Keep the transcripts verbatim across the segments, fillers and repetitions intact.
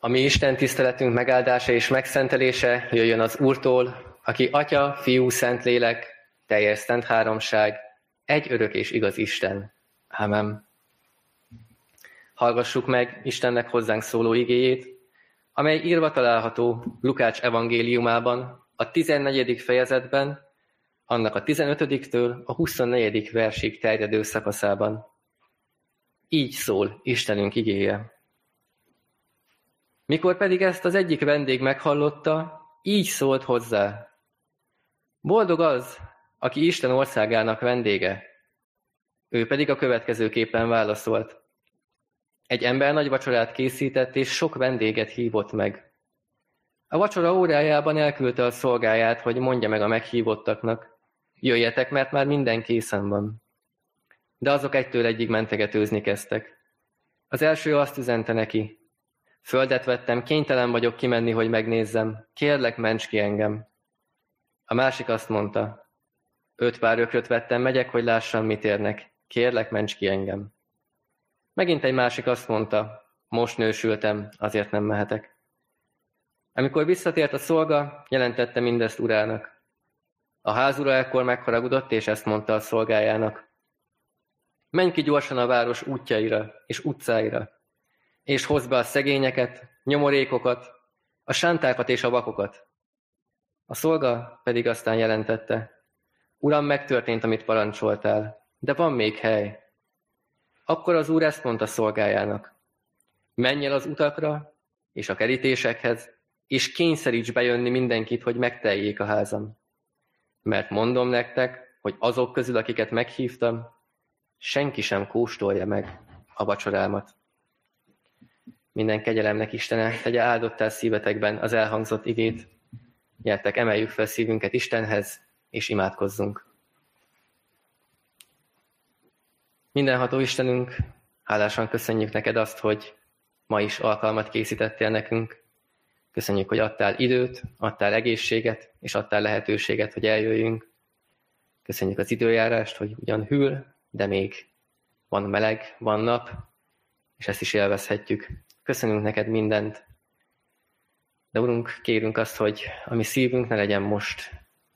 A mi Isten tiszteletünk megáldása és megszentelése jöjjön az Úrtól, aki Atya, Fiú, Szentlélek, teljes szent háromság, egy örök és igaz Isten. Ámen. Hallgassuk meg Istennek hozzánk szóló igéjét, amely írva található Lukács evangéliumában, a tizennegyedik fejezetben, annak a tizenötödiktől a huszonnegyedik versig terjedő szakaszában. Így szól Istenünk igéje. Mikor pedig ezt az egyik vendég meghallotta, így szólt hozzá. Boldog az, aki Isten országának vendége. Ő pedig a következőképpen válaszolt. Egy ember nagy vacsorát készített, és sok vendéget hívott meg. A vacsora órájában elküldte a szolgáját, hogy mondja meg a meghívottaknak. Jöjjetek, mert már minden készen van. De azok egytől egyig mentegetőzni kezdtek. Az első azt üzente neki. Földet vettem, kénytelen vagyok kimenni, hogy megnézzem. Kérlek, ments ki engem. A másik azt mondta. Öt pár ökröt vettem, megyek, hogy lássam, mit érnek. Kérlek, ments ki engem. Megint egy másik azt mondta. Most nősültem, azért nem mehetek. Amikor visszatért a szolga, jelentette mindezt urának. A házura ekkor megharagudott, és ezt mondta a szolgájának. Menj ki gyorsan a város útjaira és utcáira, és hozd be a szegényeket, nyomorékokat, a sántákat és a vakokat. A szolga pedig aztán jelentette. Uram, megtörtént, amit parancsoltál, de van még hely. Akkor az úr ezt mondta szolgájának. Menj el az utakra és a kerítésekhez, és kényszeríts bejönni mindenkit, hogy megteljék a házam. Mert mondom nektek, hogy azok közül, akiket meghívtam, senki sem kóstolja meg a vacsorámat. Minden kegyelemnek Istene, tegye áldottá szívetekben az elhangzott igét. Gyertek, emeljük fel szívünket Istenhez, és imádkozzunk. Mindenható Istenünk, hálásan köszönjük neked azt, hogy ma is alkalmat készítettél nekünk. Köszönjük, hogy adtál időt, adtál egészséget, és adtál lehetőséget, hogy eljöjjünk. Köszönjük az időjárást, hogy ugyan hűl, de még van meleg, van nap, és ezt is élvezhetjük. Köszönünk neked mindent. De Urunk, kérünk azt, hogy a mi szívünk ne legyen most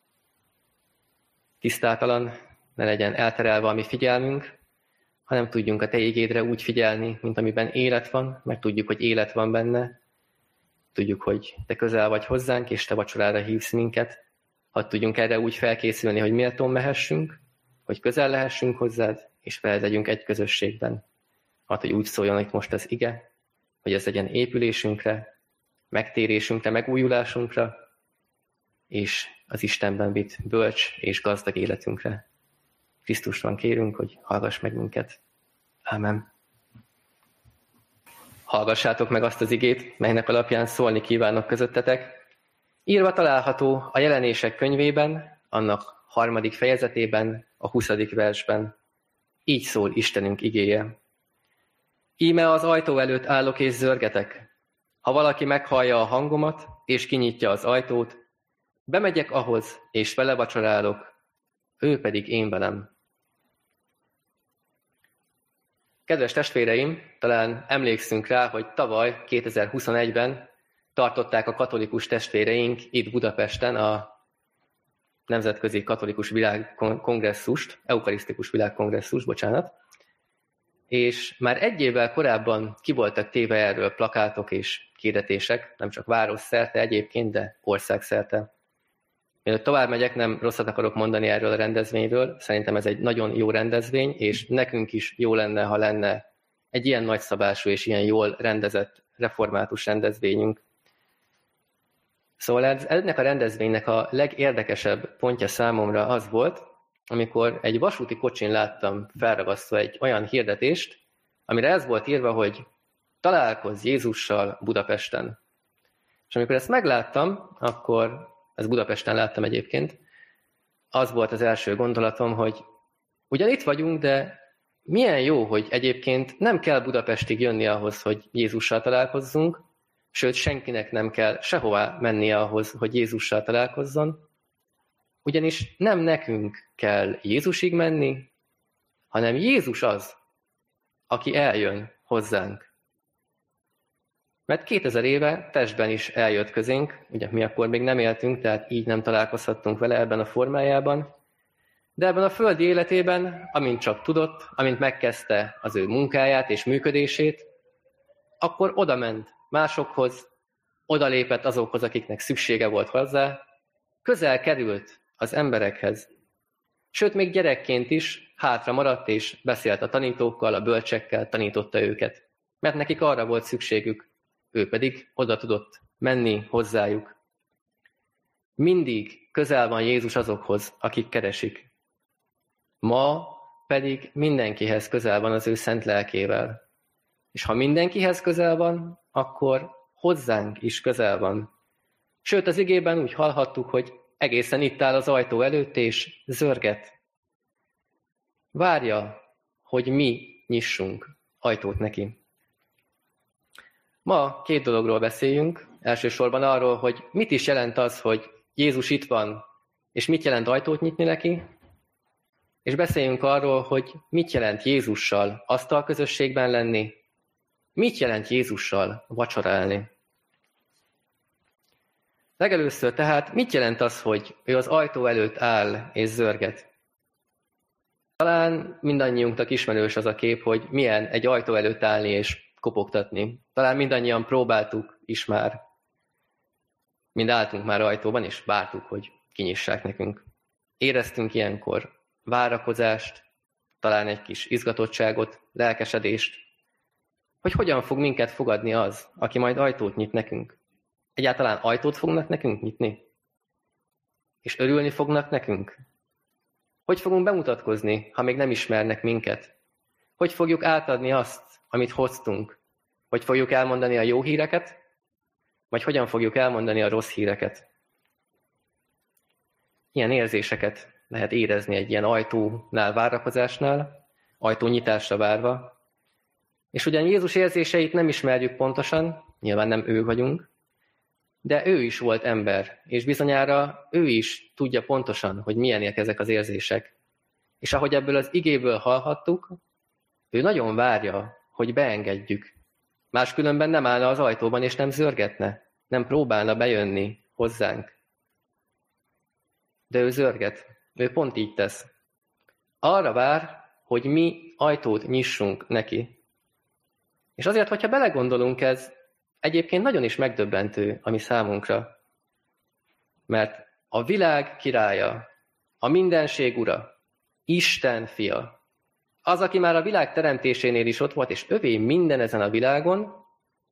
tisztátalan, ne legyen elterelve a mi figyelmünk, hanem tudjunk a te igédre úgy figyelni, mint amiben élet van, mert tudjuk, hogy élet van benne. Tudjuk, hogy te közel vagy hozzánk, és te vacsorára hívsz minket. Hadd tudjunk erre úgy felkészülni, hogy méltón mehessünk, hogy közel lehessünk hozzád, és veled legyünk egy közösségben. Hadd, hogy úgy szóljon itt most az ige, hogy ez legyen épülésünkre, megtérésünkre, megújulásunkra, és az Istenben vitt bölcs és gazdag életünkre. Krisztusban kérünk, hogy hallgass meg minket. Ámen. Hallgassátok meg azt az igét, melynek alapján szólni kívánok közöttetek. Írva található a Jelenések könyvében, annak harmadik fejezetében, a huszadik versben. Így szól Istenünk igéje. Íme az ajtó előtt állok és zörgetek. Ha valaki meghallja a hangomat, és kinyitja az ajtót, bemegyek ahhoz, és vele vacsorálok, ő pedig én velem. Kedves testvéreim, talán emlékszünk rá, hogy tavaly kétezer-huszonegyben tartották a katolikus testvéreink itt Budapesten a Nemzetközi Katolikus Világkongresszust, Eukarisztikus Világkongresszust, bocsánat, és már egy évvel korábban ki voltak téve erről plakátok és hirdetések, nem csak városszerte egyébként, de országszerte. Mielőtt tovább megyek, nem rosszat akarok mondani erről a rendezvényről, szerintem ez egy nagyon jó rendezvény, és nekünk is jó lenne, ha lenne egy ilyen nagyszabású és ilyen jól rendezett református rendezvényünk. Szóval ez, ennek a rendezvénynek a legérdekesebb pontja számomra az volt, amikor egy vasúti kocsin láttam felragasztva egy olyan hirdetést, amire ez volt írva, hogy találkozz Jézussal Budapesten. És amikor ezt megláttam, akkor, ezt Budapesten láttam egyébként, az volt az első gondolatom, hogy ugyan itt vagyunk, de milyen jó, hogy egyébként nem kell Budapestig jönni ahhoz, hogy Jézussal találkozzunk, sőt, senkinek nem kell sehová mennie ahhoz, hogy Jézussal találkozzon, ugyanis nem nekünk kell Jézusig menni, hanem Jézus az, aki eljön hozzánk. Mert kétezer éve testben is eljött közénk, ugye mi akkor még nem éltünk, tehát így nem találkozhattunk vele ebben a formájában, de ebben a földi életében, amint csak tudott, amint megkezdte az ő munkáját és működését, akkor odament másokhoz, odalépett azokhoz, akiknek szüksége volt hozzá, közel került az emberekhez. Sőt, még gyerekként is hátra maradt és beszélt a tanítókkal, a bölcsekkel, tanította őket, mert nekik arra volt szükségük, ő pedig oda tudott menni hozzájuk. Mindig közel van Jézus azokhoz, akik keresik. Ma pedig mindenkihez közel van az ő szent lelkével. És ha mindenkihez közel van, akkor hozzánk is közel van. Sőt, az igében úgy hallhattuk, hogy egészen itt áll az ajtó előtt, és zörget. Várja, hogy mi nyissunk ajtót neki. Ma két dologról beszéljünk. Elsősorban arról, hogy mit is jelent az, hogy Jézus itt van, és mit jelent ajtót nyitni neki, és beszéljünk arról, hogy mit jelent Jézussal asztalközösségben lenni, mit jelent Jézussal vacsorálni. Legelőször tehát mit jelent az, hogy ő az ajtó előtt áll és zörget? Talán mindannyiunknak ismerős az a kép, hogy milyen egy ajtó előtt állni és kopogtatni. Talán mindannyian próbáltuk is már. Mind álltunk már ajtóban, és vártuk, hogy kinyissák nekünk. Éreztünk ilyenkor várakozást, talán egy kis izgatottságot, lelkesedést, hogy hogyan fog minket fogadni az, aki majd ajtót nyit nekünk. Egyáltalán ajtót fognak nekünk nyitni? És örülni fognak nekünk? Hogy fogunk bemutatkozni, ha még nem ismernek minket? Hogy fogjuk átadni azt, amit hoztunk? Hogy fogjuk elmondani a jó híreket? Vagy hogyan fogjuk elmondani a rossz híreket? Ilyen érzéseket lehet érezni egy ilyen ajtónál várakozásnál, ajtónyitásra várva. És ugyan Jézus érzéseit nem ismerjük pontosan, nyilván nem ő vagyunk, de ő is volt ember, és bizonyára ő is tudja pontosan, hogy milyenek ezek az érzések. És ahogy ebből az igéből hallhattuk, ő nagyon várja, hogy beengedjük. Máskülönben nem állna az ajtóban, és nem zörgetne, nem próbálna bejönni hozzánk. De ő zörget, ő pont így tesz. Arra vár, hogy mi ajtót nyissunk neki. És azért, hogyha belegondolunk, ez egyébként nagyon is megdöbbentő a mi számunkra. Mert a világ királya, a mindenség ura, Isten fia, az, aki már a világ teremtésénél is ott volt, és övé minden ezen a világon,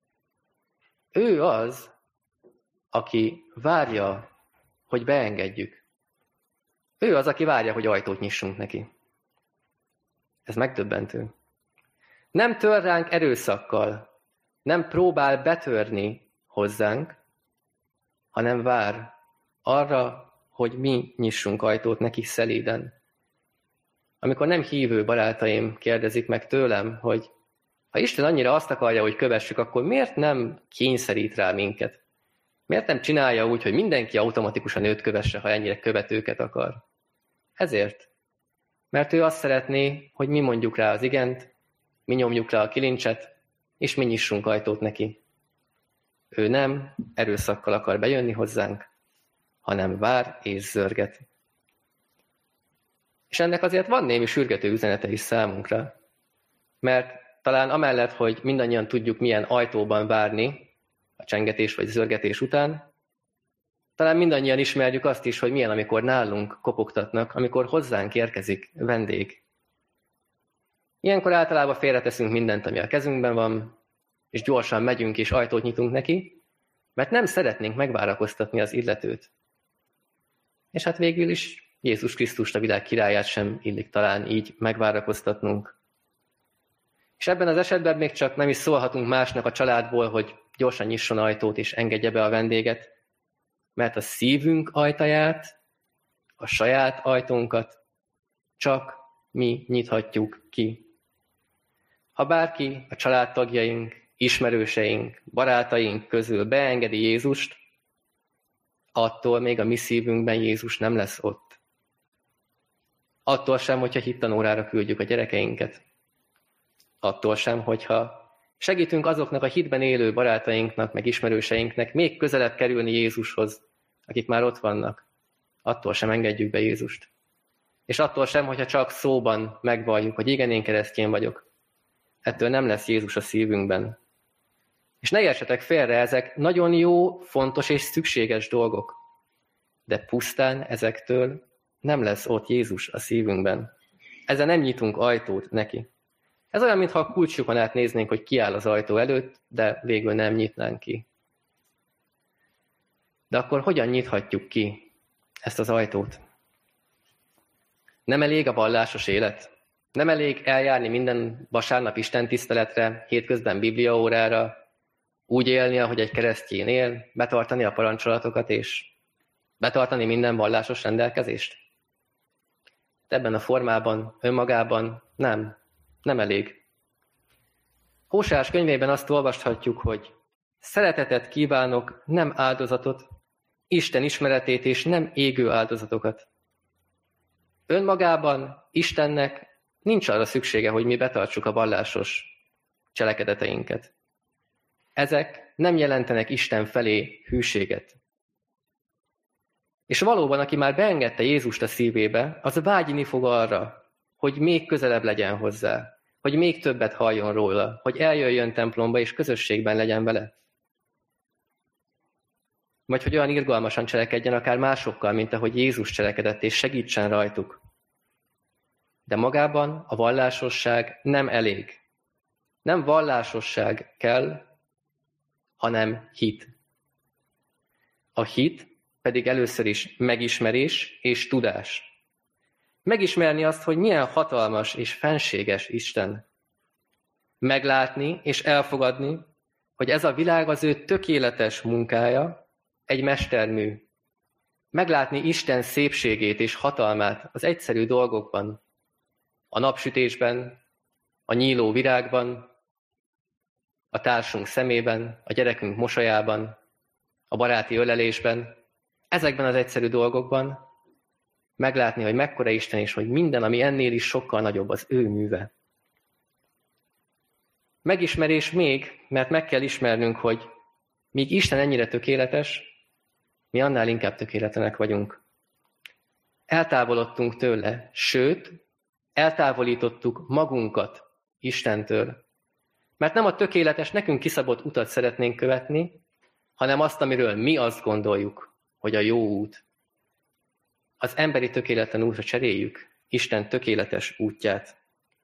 ő az, aki várja, hogy beengedjük. Ő az, aki várja, hogy ajtót nyissunk neki. Ez megdöbbentő. Nem tör ránk erőszakkal, nem próbál betörni hozzánk, hanem vár arra, hogy mi nyissunk ajtót neki szelíden. Amikor nem hívő barátaim kérdezik meg tőlem, hogy ha Isten annyira azt akarja, hogy kövessük, akkor miért nem kényszerít rá minket? Miért nem csinálja úgy, hogy mindenki automatikusan őt kövesse, ha ennyire követőket akar? Ezért. Mert ő azt szeretné, hogy mi mondjuk rá az igent, mi nyomjuk rá a kilincset, és mi nyissunk ajtót neki. Ő nem erőszakkal akar bejönni hozzánk, hanem vár és zörget. És ennek azért van némi sürgető üzenete is számunkra, mert talán amellett, hogy mindannyian tudjuk, milyen ajtóban várni a csengetés vagy zörgetés után, talán mindannyian ismerjük azt is, hogy milyen, amikor nálunk kopogtatnak, amikor hozzánk érkezik vendég. Ilyenkor általában félreteszünk mindent, ami a kezünkben van, és gyorsan megyünk és ajtót nyitunk neki, mert nem szeretnénk megvárakoztatni az illetőt. És hát végül is Jézus Krisztust, a világ királyát sem illik talán így megvárakoztatnunk. És ebben az esetben még csak nem is szólhatunk másnak a családból, hogy gyorsan nyisson ajtót és engedje be a vendéget, mert a szívünk ajtaját, a saját ajtónkat csak mi nyithatjuk ki. Ha bárki, a családtagjaink, ismerőseink, barátaink közül beengedi Jézust, attól még a mi szívünkben Jézus nem lesz ott. Attól sem, hogyha hittanórára küldjük a gyerekeinket. Attól sem, hogyha Segítünk azoknak a hitben élő barátainknak, meg ismerőseinknek még közelebb kerülni Jézushoz, akik már ott vannak. Attól sem engedjük be Jézust. És attól sem, hogyha csak szóban megvalljuk, hogy igen, én keresztény vagyok. Ettől nem lesz Jézus a szívünkben. És ne értsetek félre, ezek nagyon jó, fontos és szükséges dolgok. De pusztán ezektől nem lesz ott Jézus a szívünkben. Ezzel nem nyitunk ajtót neki. Ez olyan, mintha a kulcsukon át néznénk, hogy ki áll az ajtó előtt, de végül nem nyitnánk ki. De akkor hogyan nyithatjuk ki ezt az ajtót? Nem elég a vallásos élet? Nem elég eljárni minden vasárnap istentiszteletre, hétközben bibliaórára, úgy élni, ahogy egy keresztény él, betartani a parancsolatokat és betartani minden vallásos rendelkezést? Ebben a formában, önmagában nem, nem elég. Hóseás könyvében azt olvashatjuk, hogy szeretetet kívánok, nem áldozatot, Isten ismeretét és nem égő áldozatokat. Önmagában Istennek nincs arra szüksége, hogy mi betartsuk a vallásos cselekedeteinket. Ezek nem jelentenek Isten felé hűséget. És valóban, aki már beengedte Jézust a szívébe, az vágyni fog arra, hogy még közelebb legyen hozzá, hogy még többet halljon róla, hogy eljöjjön templomba és közösségben legyen vele. Vagy hogy olyan irgalmasan cselekedjen akár másokkal, mint ahogy Jézus cselekedett, és segítsen rajtuk. De magában a vallásosság nem elég. Nem vallásosság kell, hanem hit. A hit pedig először is megismerés és tudás. Megismerni azt, hogy milyen hatalmas és fenséges Isten. Meglátni és elfogadni, hogy ez a világ az ő tökéletes munkája, egy mestermű. Meglátni Isten szépségét és hatalmát az egyszerű dolgokban, a napsütésben, a nyíló virágban, a társunk szemében, a gyerekünk mosolyában, a baráti ölelésben, ezekben az egyszerű dolgokban meglátni, hogy mekkora Isten és hogy minden, ami ennél is sokkal nagyobb, az ő műve. Megismerés még, mert meg kell ismernünk, hogy míg Isten ennyire tökéletes, mi annál inkább tökéletlenek vagyunk. Eltávolodtunk tőle, sőt, eltávolítottuk magunkat Istentől. Mert nem a tökéletes, nekünk kiszabott utat szeretnénk követni, hanem azt, amiről mi azt gondoljuk, hogy a jó út. Az emberi tökéletlen útra cseréljük Isten tökéletes útját.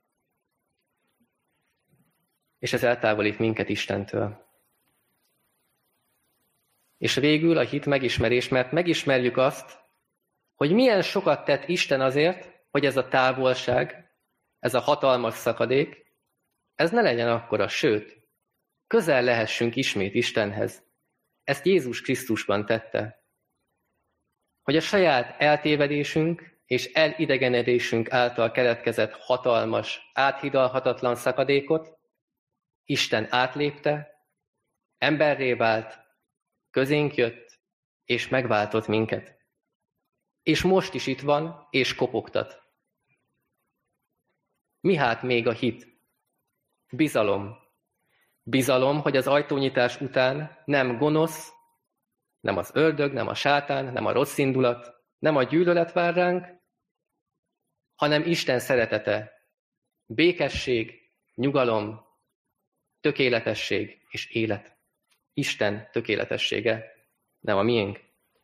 És ez eltávolít minket Istentől. És végül a hit megismerés, mert megismerjük azt, hogy milyen sokat tett Isten azért, hogy ez a távolság, ez a hatalmas szakadék, ez ne legyen akkora, sőt, közel lehessünk ismét Istenhez. Ezt Jézus Krisztusban tette. Hogy a saját eltévedésünk és elidegenedésünk által keletkezett hatalmas, áthidalhatatlan szakadékot Isten átlépte, emberré vált, közénk jött, és megváltott minket. És most is itt van, és kopogtat. Mi hát még a hit? Bizalom. Bizalom, hogy az ajtónyitás után nem gonosz, nem az ördög, nem a sátán, nem a rossz indulat, nem a gyűlölet vár ránk, hanem Isten szeretete, békesség, nyugalom, tökéletesség és élet. Isten tökéletessége, nem a miénk.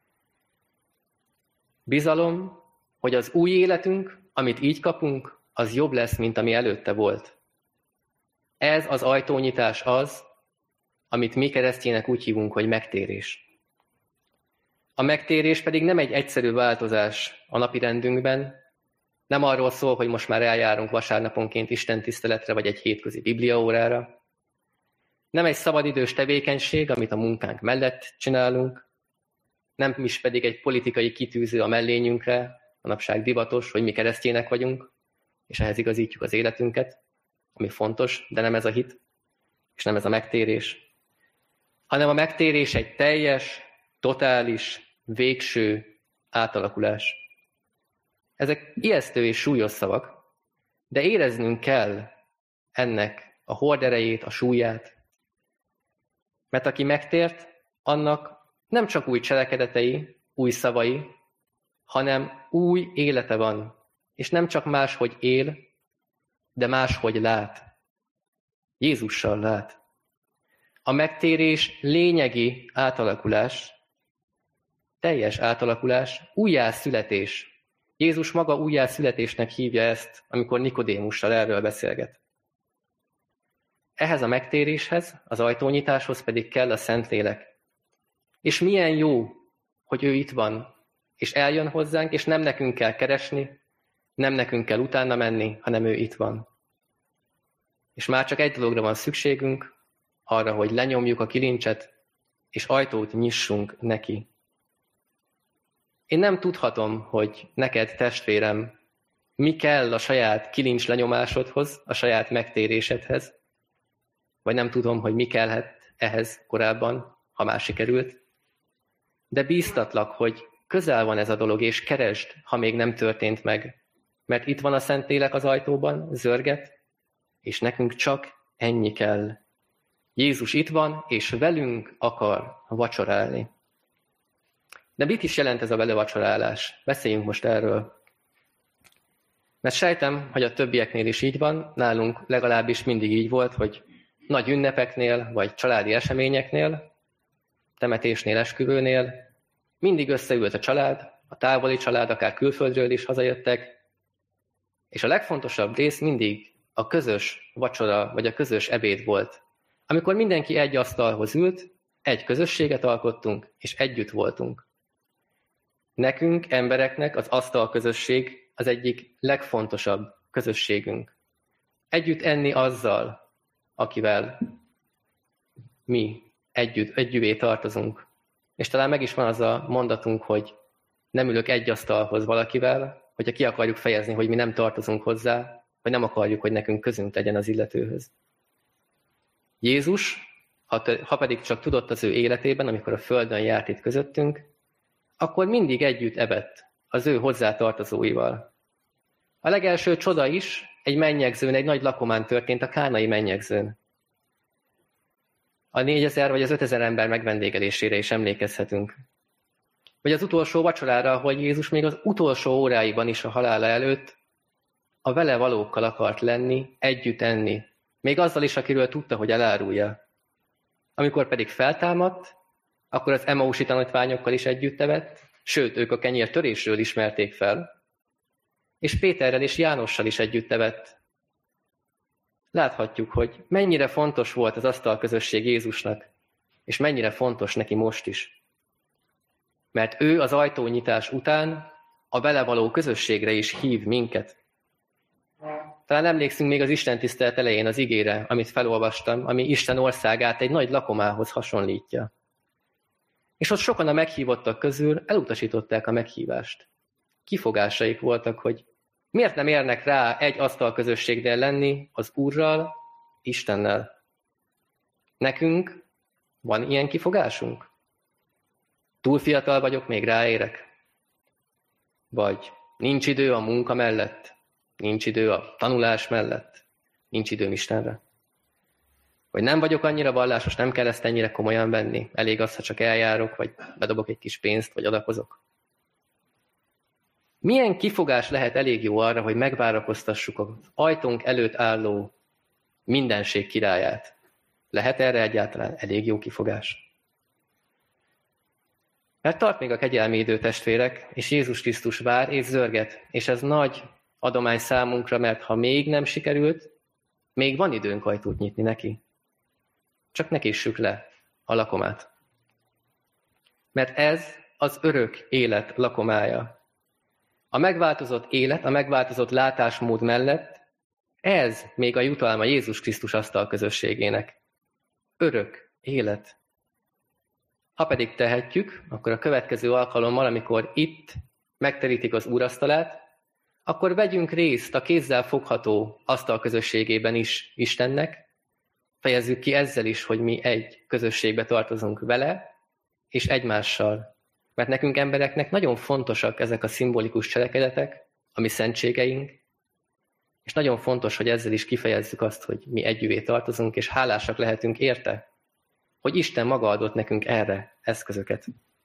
Bizalom, hogy az új életünk, amit így kapunk, az jobb lesz, mint ami előtte volt. Ez az ajtónyitás az, amit mi keresztjének úgy hívunk, hogy megtérés. A megtérés pedig nem egy egyszerű változás a napirendünkben, nem arról szól, hogy most már eljárunk vasárnaponként istentiszteletre vagy egy hétközi bibliaórára, nem egy szabadidős tevékenység, amit a munkánk mellett csinálunk, nem is pedig egy politikai kitűző a mellényünkre, manapság divatos, hogy mi keresztjének vagyunk, és ehhez igazítjuk az életünket, ami fontos, de nem ez a hit, és nem ez a megtérés, hanem a megtérés egy teljes, totális, végső átalakulás. Ezek ijesztő és súlyos szavak, de éreznünk kell ennek a horderejét, a súlyát. Mert aki megtért, annak nem csak új cselekedetei, új szavai, hanem új élete van. És nem csak máshogy él, de máshogy lát. Jézussal lát. A megtérés lényegi átalakulás, teljes átalakulás, újjászületés. Jézus maga újjászületésnek hívja ezt, amikor Nikodémussal erről beszélget. Ehhez a megtéréshez, az ajtónyitáshoz pedig kell a Szentlélek. És milyen jó, hogy ő itt van, és eljön hozzánk, és nem nekünk kell keresni, nem nekünk kell utána menni, hanem ő itt van. És már csak egy dologra van szükségünk, arra, hogy lenyomjuk a kilincset, és ajtót nyissunk neki. Én nem tudhatom, hogy neked, testvérem, mi kell a saját kilincs lenyomásodhoz, a saját megtérésedhez, vagy nem tudom, hogy mi kellhet ehhez korábban, ha már sikerült. De bíztatlak, hogy közel van ez a dolog, és keresd, ha még nem történt meg. Mert itt van a Szentlélek az ajtóban, zörget, és nekünk csak ennyi kell. Jézus itt van, és velünk akar vacsorálni. De mit is jelent ez a vele vacsorálás? Beszéljünk most erről. Mert sejtem, hogy a többieknél is így van, nálunk legalábbis mindig így volt, hogy nagy ünnepeknél, vagy családi eseményeknél, temetésnél, esküvőnél mindig összeült a család, a távoli család, akár külföldről is hazajöttek, és a legfontosabb rész mindig a közös vacsora, vagy a közös ebéd volt. Amikor mindenki egy asztalhoz ült, egy közösséget alkottunk, és együtt voltunk. Nekünk, embereknek az asztalközösség az egyik legfontosabb közösségünk. Együtt enni azzal, akivel mi együtt, együvé tartozunk. És talán meg is van az a mondatunk, hogy nem ülök egy asztalhoz valakivel, hogyha ki akarjuk fejezni, hogy mi nem tartozunk hozzá, vagy nem akarjuk, hogy nekünk közünk legyen az illetőhöz. Jézus, ha, te, ha pedig csak tudott az ő életében, amikor a földön járt itt közöttünk, akkor mindig együtt evett az ő hozzátartozóival. A legelső csoda is egy mennyegzőn, egy nagy lakomán történt, a kánai mennyegzőn. A négyezer vagy az ötezer ember megvendégelésére is emlékezhetünk. Vagy az utolsó vacsorára, hogy Jézus még az utolsó óráiban is a halála előtt a vele valókkal akart lenni, együtt enni. Még azzal is, akiről tudta, hogy elárulja. Amikor pedig feltámadt, akkor az Emausi tanítványokkal is együtt evett, sőt, ők a kenyér törésről ismerték fel, és Péterrel és Jánossal is együtt evett. Láthatjuk, hogy mennyire fontos volt az asztalközösség Jézusnak, és mennyire fontos neki most is. Mert ő az ajtónyitás után a vele való közösségre is hív minket. Talán emlékszünk még az istentisztelet elején az igére, amit felolvastam, ami Isten országát egy nagy lakomához hasonlítja. És ott sokan a meghívottak közül elutasították a meghívást. Kifogásaik voltak, hogy miért nem érnek rá egy asztalközösségnél lenni az Úrral, Istennel. Nekünk van ilyen kifogásunk? Túl fiatal vagyok, még ráérek? Vagy nincs idő a munka mellett? Nincs idő a tanulás mellett? Nincs időm Istenre? Vagy nem vagyok annyira vallásos, nem kell ezt ennyire komolyan venni? Elég az, ha csak eljárok, vagy bedobok egy kis pénzt, vagy adakozok? Milyen kifogás lehet elég jó arra, hogy megvárakoztassuk az ajtónk előtt álló mindenség királyát? Lehet erre egyáltalán elég jó kifogás? Mert tart még a kegyelmi idő, testvérek, és Jézus Krisztus vár és zörget, és ez nagy adomány számunkra, mert ha még nem sikerült, még van időnk ajtót nyitni neki. Csak ne késsük le a lakomát. Mert ez az örök élet lakomája. A megváltozott élet, a megváltozott látásmód mellett ez még a jutalma Jézus Krisztus asztal közösségének. Örök élet. Ha pedig tehetjük, akkor a következő alkalommal, amikor itt megterítik az úrasztalát, akkor vegyünk részt a kézzel fogható asztal közösségében is Istennek, fejezzük ki ezzel is, hogy mi egy közösségbe tartozunk vele és egymással. Mert nekünk embereknek nagyon fontosak ezek a szimbolikus cselekedetek, a mi szentségeink, És nagyon fontos, hogy ezzel is kifejezzük azt, hogy mi együvé tartozunk, és hálásak lehetünk érte, hogy Isten maga adott nekünk erre eszközöket.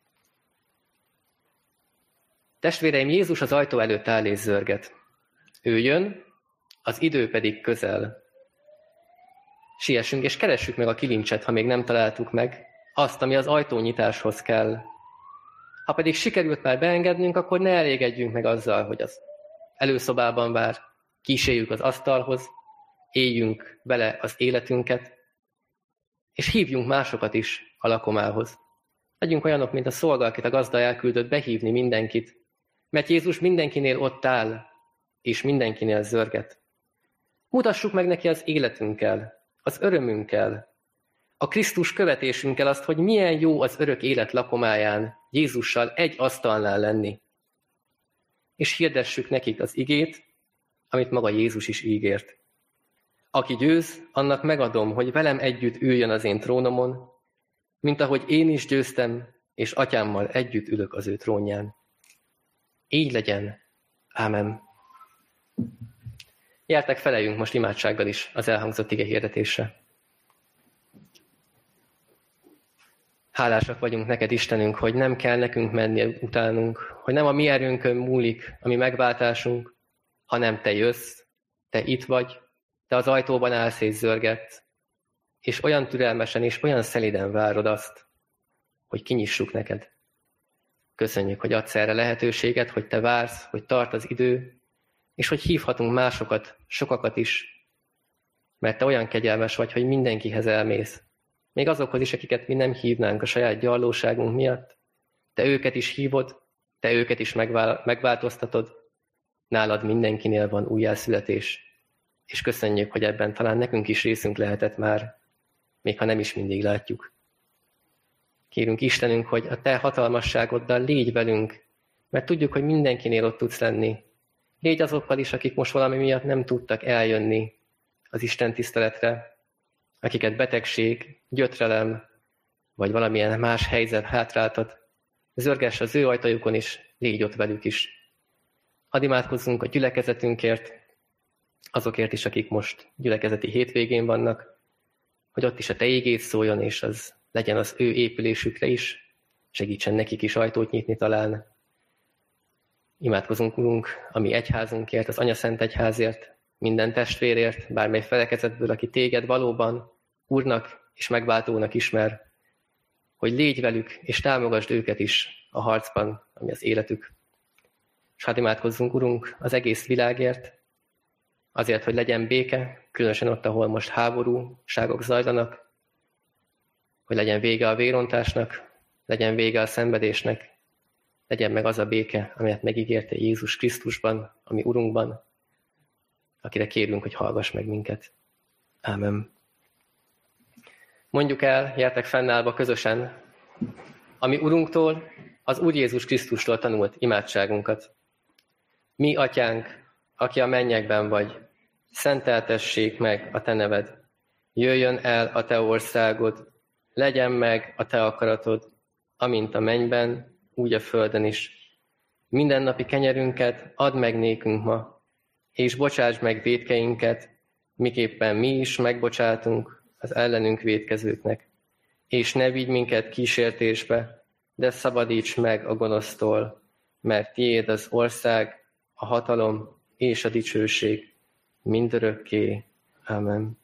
Testvéreim, Jézus az ajtó előtt áll és zörget. Ő jön, az idő pedig közel. Siessünk és keressük meg a kilincset, ha még nem találtuk meg, azt, ami az ajtónyitáshoz kell. Ha pedig sikerült már beengednünk, akkor ne elégedjünk meg azzal, hogy az előszobában vár, kíséljük az asztalhoz, éljünk bele az életünket, és hívjunk másokat is a lakomához. Legyünk olyanok, mint a szolga, akit a gazda elküldött behívni mindenkit, mert Jézus mindenkinél ott áll, és mindenkinél zörget. Mutassuk meg neki az életünkkel, az örömünkkel, a Krisztus követésünkkel azt, hogy milyen jó az örök élet lakomáján Jézussal egy asztalnál lenni. És hirdessük nekik az igét, amit maga Jézus is ígért. Aki győz, annak megadom, hogy velem együtt üljön az én trónomon, mint ahogy én is győztem, és atyámmal együtt ülök az ő trónján. Így legyen. Ámen. Gyertek, feleljünk most imádsággal is az elhangzott ige hirdetésre. Hálásak vagyunk neked, Istenünk, hogy nem kell nekünk menni utánunk, hogy nem a mi erőnkön múlik a mi megváltásunk, hanem te jössz, te itt vagy, te az ajtóban állsz és zörgetsz, és olyan türelmesen és olyan szeliden várod azt, hogy kinyissuk neked. Köszönjük, hogy adsz erre lehetőséget, hogy te vársz, hogy tart az idő, és hogy hívhatunk másokat, sokakat is, mert te olyan kegyelmes vagy, hogy mindenkihez elmész. Még azokhoz is, akiket mi nem hívnánk a saját gyarlóságunk miatt. Te őket is hívod, te őket is megvál- megváltoztatod. Nálad mindenkinél van újjászületés. És köszönjük, hogy ebben talán nekünk is részünk lehetett már, még ha nem is mindig látjuk. Kérünk Istenünk, hogy a te hatalmasságoddal légy velünk, mert tudjuk, hogy mindenkinél ott tudsz lenni. Légy azokkal is, akik most valami miatt nem tudtak eljönni az Isten tiszteletre, akiket betegség, gyötrelem, vagy valamilyen más helyzet hátráltat. Zörgess az ő ajtajukon is, légy ott velük is. Hadd imádkozzunk a gyülekezetünkért, azokért is, akik most gyülekezeti hétvégén vannak, hogy ott is a te igéd szóljon, és az legyen az ő épülésükre is, segítsen nekik is ajtót nyitni talán. Imádkozunk, Urunk, a mi egyházunkért, az Anyaszent Egyházért, minden testvérért, bármely felekezetből, aki téged valóban Úrnak és megváltónak ismer, hogy légy velük, és támogasd őket is a harcban, ami az életük. És hadd imádkozzunk, Urunk, az egész világért, azért, hogy legyen béke, különösen ott, ahol most háborúságok zajlanak, hogy legyen vége a vérontásnak, legyen vége a szenvedésnek, legyen meg az a béke, amelyet megígérte Jézus Krisztusban, ami Urunkban, akire kérünk, hogy hallgass meg minket. Ámen. Mondjuk el, gyertek fennállva közösen, ami Urunktól, az Úr Jézus Krisztustól tanult imádságunkat. Mi, Atyánk, aki a mennyekben vagy, szenteltessék meg a te neved. Jöjjön el a te országod, legyen meg a te akaratod, amint a mennyben, úgy a földön is. Mindennapi kenyerünket add meg nékünk ma, és bocsáss meg vétkeinket, miképpen mi is megbocsátunk az ellenünk vétkezőknek. És ne vigy minket kísértésbe, de szabadíts meg a gonosztól, mert tiéd az ország, a hatalom és a dicsőség mindörökké. Amen.